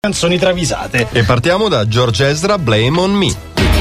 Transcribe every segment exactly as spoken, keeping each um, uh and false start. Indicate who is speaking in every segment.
Speaker 1: Canzoni travisate.
Speaker 2: E partiamo da George Ezra, Blame on Me.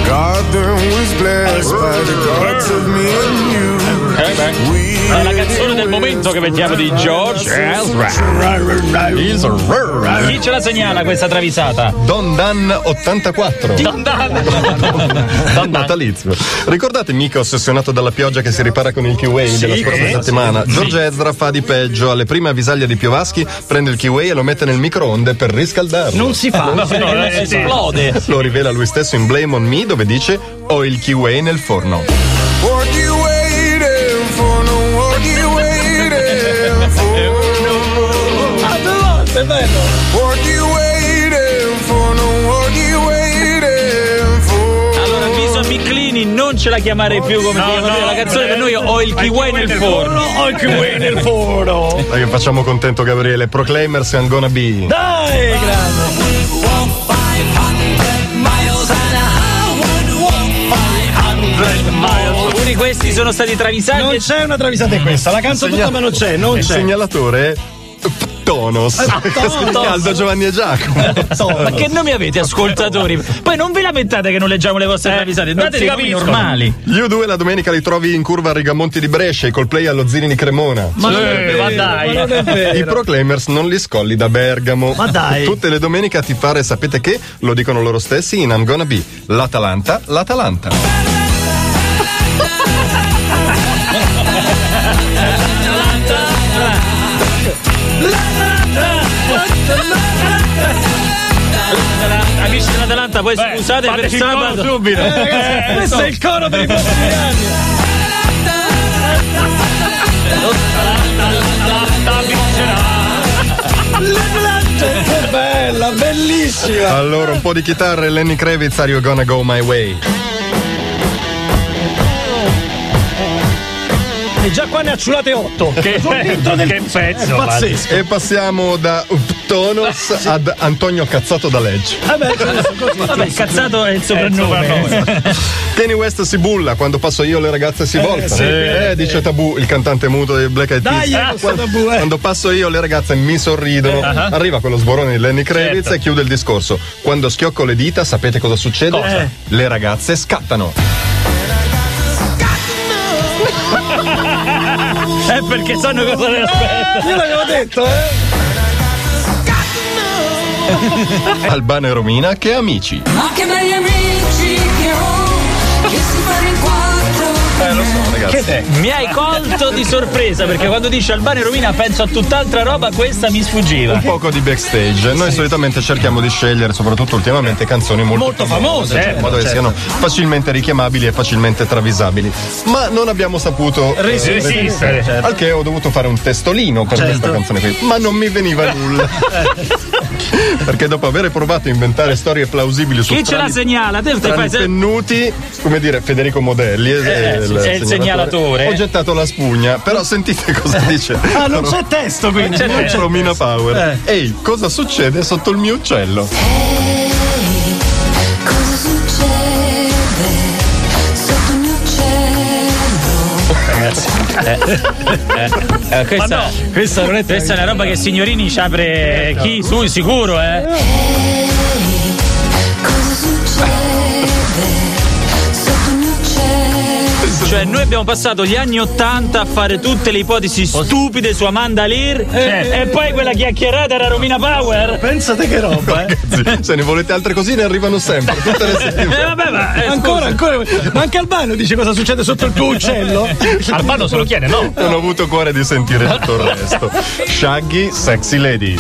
Speaker 3: È la canzone del momento che mettiamo di George Ezra. Chi ce la segnala questa travisata?
Speaker 2: Don Dan ottantaquattro.
Speaker 3: Don Dan.
Speaker 2: Don natalizio. Ricordate mica ossessionato dalla pioggia che si ripara con il Kiwi
Speaker 3: Sì,
Speaker 2: della scorsa
Speaker 3: sì,
Speaker 2: settimana?
Speaker 3: sì.
Speaker 2: George Ezra fa di peggio. Alle prime avvisaglie di Piovaschi prende il Kiwi e lo mette nel microonde per riscaldarlo.
Speaker 1: Non si fa,
Speaker 3: No, no, no, eh, esplode.
Speaker 2: Lo rivela lui stesso in Blame on Me, dove dice: ho il Kiwi nel forno.
Speaker 1: È bello.
Speaker 3: Allora, avviso a Miclini, non ce la chiamare più come
Speaker 4: No,
Speaker 3: si chiama
Speaker 4: no,
Speaker 3: la canzone, per noi ho il kiwi nel forno.
Speaker 1: Ho il kiwi nel forno.
Speaker 2: Dai che facciamo contento Gabriele. Proclaimers and gonna be.
Speaker 1: Dai, grande.
Speaker 3: Alcuni questi sono stati travisati.
Speaker 1: Non c'è una travisata in questa, la canto tutta ma non c'è, non
Speaker 2: Il
Speaker 1: c'è.
Speaker 2: segnalatore Tonos.
Speaker 1: Tonos.
Speaker 2: Aldo, Giovanni e Giacomo.
Speaker 3: Ma che nomi avete, ascoltatori? Poi non vi lamentate che non leggiamo le vostre travisate, date dei nomi normali.
Speaker 2: Gli U due la domenica li trovi in curva a Rigamonti di Brescia, i Coldplay allo Zini di Cremona.
Speaker 1: Ma non è
Speaker 3: Eh,
Speaker 1: vero,
Speaker 3: ma dai.
Speaker 1: ma non è vero.
Speaker 2: I Proclaimers non li scolli da Bergamo.
Speaker 1: Ma dai.
Speaker 2: Tutte le domeniche a tifare, sapete che? Lo dicono loro stessi in I'm Gonna Be. L'Atalanta, l'Atalanta.
Speaker 3: Amici dell'Atalanta, poi
Speaker 4: Beh,
Speaker 3: scusate per
Speaker 4: fateci il coro
Speaker 3: sabato.
Speaker 4: subito.
Speaker 1: Eh, ragazzi, questo è il coro per i prossimi anni. Che bella, bellissima.
Speaker 2: Allora, un po' di chitarra e Lenny Kravitz, Are You Gonna Go My Way?
Speaker 1: E già qua ne ha ciulate otto.
Speaker 4: Che,
Speaker 1: dentro del
Speaker 4: che pezzo,
Speaker 1: è pazzesco.
Speaker 2: E passiamo da Tonos ad Antonio Cazzato da Legge.
Speaker 1: Vabbè, così.
Speaker 3: Vabbè, il cazzato è il soprannome.
Speaker 2: Kanye West si bulla, quando passo io le ragazze si voltano.
Speaker 1: sì.
Speaker 2: Eh, dice Tabù, il cantante muto dei Black Eyed Peas.
Speaker 1: Dai,
Speaker 2: Ah,
Speaker 1: questo
Speaker 2: quando,
Speaker 1: Tabù, eh.
Speaker 2: quando passo io le ragazze mi sorridono.
Speaker 4: Uh-huh.
Speaker 2: Arriva quello sborone di Lenny Kravitz
Speaker 4: Certo.
Speaker 2: e chiude il discorso. Quando schiocco le dita, sapete cosa succede?
Speaker 4: Cosa?
Speaker 2: Eh. Le ragazze scattano.
Speaker 3: È perché sanno cosa le aspetta.
Speaker 1: Io l'avevo detto, eh.
Speaker 2: Albano e Romina, che amici.
Speaker 5: Ma che belli amici che ho, che si fanno in quattro.
Speaker 2: Eh, lo so, ragazzi.
Speaker 1: Che te?
Speaker 3: Mi hai colto di sorpresa perché quando dice Albano e Romina penso a tutt'altra roba, questa mi sfuggiva.
Speaker 2: Un poco di backstage. Noi solitamente cerchiamo di scegliere, soprattutto ultimamente, canzoni molto,
Speaker 1: Molto famose,
Speaker 2: in
Speaker 1: certo,
Speaker 2: modo che
Speaker 1: certo.
Speaker 2: siano facilmente richiamabili e facilmente travisabili. Ma non abbiamo saputo eh,
Speaker 4: Resistere.
Speaker 2: resistere. Al che ho dovuto fare un testolino per
Speaker 1: Certo.
Speaker 2: questa canzone qui. Ma non mi veniva nulla. Perché dopo aver provato a inventare storie plausibili su
Speaker 3: Chi ce la
Speaker 2: strani-
Speaker 3: segnala? Te
Speaker 2: strani
Speaker 3: fai se-
Speaker 2: pennuti, come dire, Federico Modelli
Speaker 3: Eh, è il segnalatore.
Speaker 2: Ho gettato la spugna, però sentite cosa dice.
Speaker 1: Ah, non c'è testo, quindi.
Speaker 3: c'è
Speaker 1: non
Speaker 3: testo.
Speaker 2: Romina Power. Ehi, cosa succede sotto il mio uccello?
Speaker 5: Cosa succede sotto il mio cielo?
Speaker 3: Eh, questa,
Speaker 1: Ma no, questa non è
Speaker 3: questa è una roba che Signorini ci apre chi? Su, sicuro, eh?
Speaker 5: Cosa succede sotto il mio cielo?
Speaker 3: Cioè, noi abbiamo passato gli anni ottanta a fare tutte le ipotesi stupide su Amanda Lear e poi quella chiacchierata era Romina Power.
Speaker 1: Pensate che roba, eh.
Speaker 2: Ragazzi, se ne volete altre cosine arrivano sempre, tutte le
Speaker 3: Eh,
Speaker 2: settimane.
Speaker 3: vabbè, ma eh,
Speaker 1: Ancora, ancora. Ma anche Albano dice cosa succede sotto il tuo uccello.
Speaker 4: Albano se lo chiede, no?
Speaker 2: Non ho avuto cuore di sentire tutto il resto. Shaggy, Sexy Lady.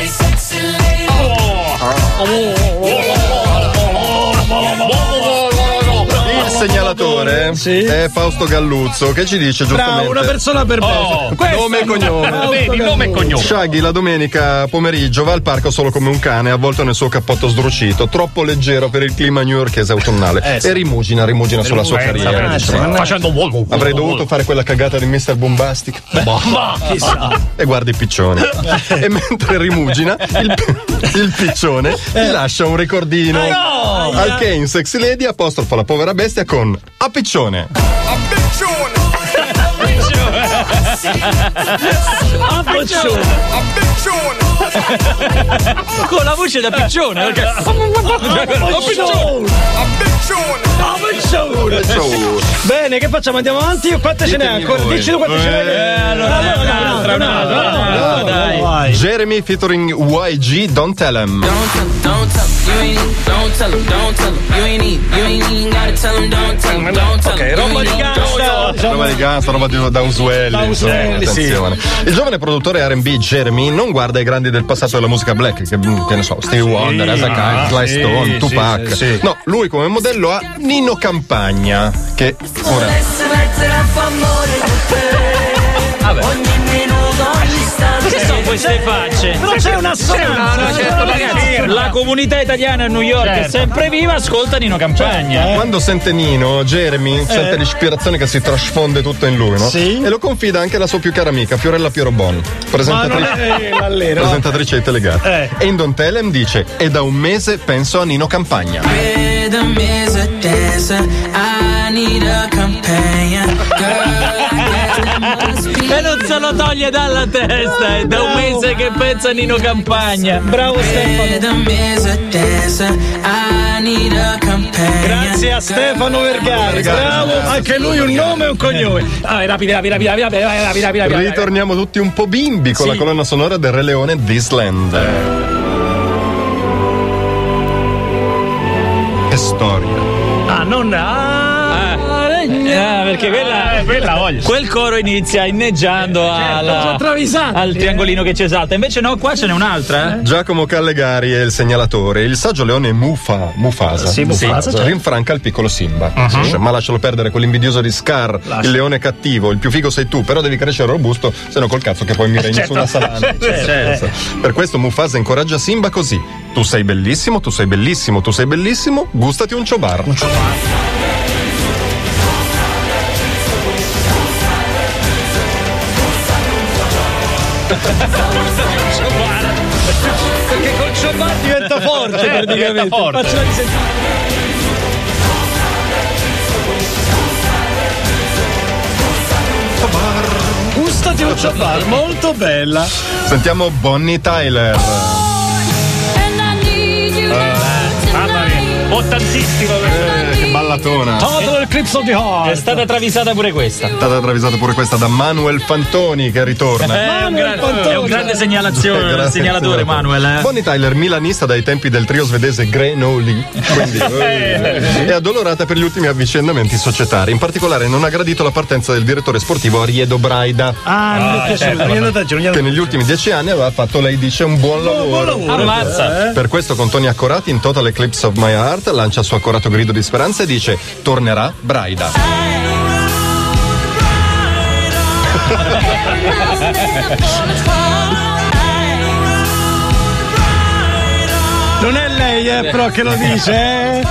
Speaker 2: Il segnalatore
Speaker 1: Sì.
Speaker 2: è Fausto Galluzzo che ci dice
Speaker 1: Bravo,
Speaker 2: giustamente
Speaker 1: una persona per
Speaker 4: Oh,
Speaker 1: Questo
Speaker 2: nome e
Speaker 1: è
Speaker 2: cognome.
Speaker 1: Fausto
Speaker 4: Vedi, nome e
Speaker 1: Galluzzo.
Speaker 4: cognome.
Speaker 2: Shaggy la domenica pomeriggio va al parco solo come un cane avvolto nel suo cappotto sdrucito, troppo leggero per il clima newyorkese autunnale,
Speaker 1: sì.
Speaker 2: e rimugina, rimugina sulla sua
Speaker 4: Eh,
Speaker 2: carriera.
Speaker 4: sapete,
Speaker 2: dice,
Speaker 4: sì.
Speaker 2: "Ma
Speaker 4: Facendo un uomo.
Speaker 2: avrei dovuto fare quella cagata di mister Bombastic."
Speaker 4: Ma
Speaker 1: Chissà.
Speaker 2: E guarda i piccioni. E mentre rimugina, il, il piccione gli lascia un ricordino.
Speaker 1: no!
Speaker 2: Al che in Sexy Lady apostrofa la povera bestia con "a piccione".
Speaker 1: A piccione.
Speaker 3: Con la voce da piccione, perché.
Speaker 1: A piccione. A piccione. Bene, che facciamo? Andiamo avanti? Quante ce n'è ancora? Dici tu quante ce n'è?
Speaker 3: Eh, allora, un'altra, un'altra, un'altra, dai.
Speaker 2: Jeremy featuring Y G, Don't Tell Him.
Speaker 6: Don't tell 'em, don't tell 'em, you ain't need, don't tell 'em, don't tell 'em, you ain't need, you ain't even gotta tell 'em, don't tell 'em, don't tell 'em.
Speaker 1: Ok, roba di gangsta.
Speaker 2: Roba di gangsta, roba di, da Usuelli.
Speaker 1: Da Usuelli,
Speaker 2: insomma,
Speaker 1: sì.
Speaker 2: attenzione. Il giovane produttore R and B Jeremy non guarda i grandi del passato della musica black, che, che ne so, Stevie Wonder, Hezekiah, Sly
Speaker 1: sì,
Speaker 2: Stone,
Speaker 1: sì,
Speaker 2: Tupac.
Speaker 1: sì, sì.
Speaker 2: No, lui come modello ha Nino Campagna, che ora
Speaker 5: Volesse mettere a favore con te.
Speaker 3: Vabbè.
Speaker 5: Ogni minuto, ogni istante.
Speaker 3: Che sono queste facce?
Speaker 1: Però c'è una assonanza.
Speaker 4: certo, ragazzi.
Speaker 3: La comunità italiana a New York è
Speaker 4: Certo.
Speaker 3: sempre viva, ascolta Nino Campagna.
Speaker 2: quando sente Nino, Jeremy sente l'ispirazione che si trasfonde tutto in lui, no?
Speaker 1: Sì.
Speaker 2: E lo confida anche alla sua più cara amica, Fiorella Pierobon,
Speaker 1: Ma non
Speaker 2: presentatrice,
Speaker 1: è l'allero.
Speaker 2: presentatrice di Telegatti.
Speaker 1: Eh.
Speaker 2: E in Don't Tell Him dice: e da un mese penso a Nino Campagna.
Speaker 6: Rhythm is a dancer, I need a companion. Girl, I guess it must be.
Speaker 3: E non se lo toglie dalla testa, è da un mese che pensa a Nino Campagna.
Speaker 1: Bravo Stefano.
Speaker 6: Rhythm is a dancer, I need a companion.
Speaker 1: Grazie a Stefano Vergari. Bravo, anche lui un nome e un cognome.
Speaker 4: Ah, rapido, rapido, rapido, rapido, rapido, rapido, rapido.
Speaker 2: Ritorniamo tutti un po' bimbi con
Speaker 1: Sì.
Speaker 2: la colonna sonora del Re Leone This Land. Che storia.
Speaker 1: Ah, non. Ah,
Speaker 3: Ah, perché quella,
Speaker 4: Eh, quella voglio.
Speaker 3: quel coro inizia inneggiando alla-
Speaker 1: travisato.
Speaker 3: al triangolino che ci esalta. Invece no, qua ce n'è un'altra. Eh?
Speaker 2: Giacomo Callegari è il segnalatore. Il saggio leone Mufa, Mufasa,
Speaker 1: Sì, Mufasa, certo.
Speaker 2: rinfranca il piccolo Simba. Dice, ma lascialo perdere quell'invidioso di Scar, il leone cattivo, il più figo sei tu, però devi crescere robusto, se no col cazzo che poi mi regni
Speaker 4: Certo.
Speaker 2: sulla salame.
Speaker 3: Certo.
Speaker 2: Per questo Mufasa incoraggia Simba così: tu sei bellissimo, tu sei bellissimo, tu sei bellissimo, gustati un ciobar.
Speaker 1: Perché col ciobà diventa forte praticamente.
Speaker 4: diventa forte.
Speaker 1: Faccela risentire. Gustati un ciobà, molto bella.
Speaker 2: Sentiamo Bonnie Tyler.
Speaker 5: And I need you now
Speaker 4: Mamma mia,
Speaker 5: tonight.
Speaker 4: ottantissimo.
Speaker 2: Eh, che ballatona.
Speaker 1: Total Eclipse of the
Speaker 3: È
Speaker 1: Heart.
Speaker 3: stata travisata pure questa.
Speaker 2: È stata travisata pure questa da Manuel Fantoni che ritorna.
Speaker 3: È un,
Speaker 1: Manuel
Speaker 3: gran-
Speaker 1: Fantoni.
Speaker 3: è un grande segnalazione,
Speaker 2: Grazie,
Speaker 3: segnalatore
Speaker 2: grazie.
Speaker 3: Manuel. Eh.
Speaker 2: Bonnie Tyler, milanista dai tempi del trio svedese Grenoli, quindi eh, è addolorata per gli ultimi avvicendamenti societari. In particolare non ha gradito la partenza del direttore sportivo Ariedo Braida,
Speaker 1: Ah, non mi è piaciuto. Non gli è andato a giro, non gli è
Speaker 2: che
Speaker 1: andato
Speaker 2: negli ultimi dieci anni aveva fatto, lei dice, un buon lavoro.
Speaker 3: Ammazza.
Speaker 2: Per questo con Tony Accorati in Total Eclipse of My Heart lancia il suo accorato grido di speranza e dice: tornerà Braida.
Speaker 1: Non è lei, eh, però, che lo dice, eh?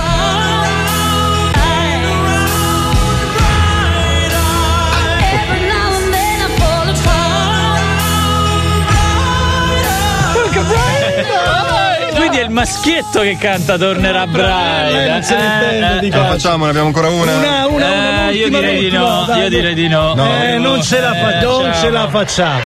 Speaker 3: Quindi è il maschietto che canta Tornerà
Speaker 1: Lei
Speaker 3: Braida.
Speaker 1: non se ne intende di
Speaker 2: La
Speaker 1: cosa.
Speaker 2: facciamo, ne abbiamo ancora una?
Speaker 1: Una, una, una,
Speaker 3: Eh, io
Speaker 1: l'ultima,
Speaker 3: direi di
Speaker 1: l'ultima,
Speaker 3: no,
Speaker 1: dai.
Speaker 3: io direi di no.
Speaker 2: No.
Speaker 1: Eh, non ce la, fa-
Speaker 3: Eh,
Speaker 1: non
Speaker 3: ciao.
Speaker 1: ce la facciamo.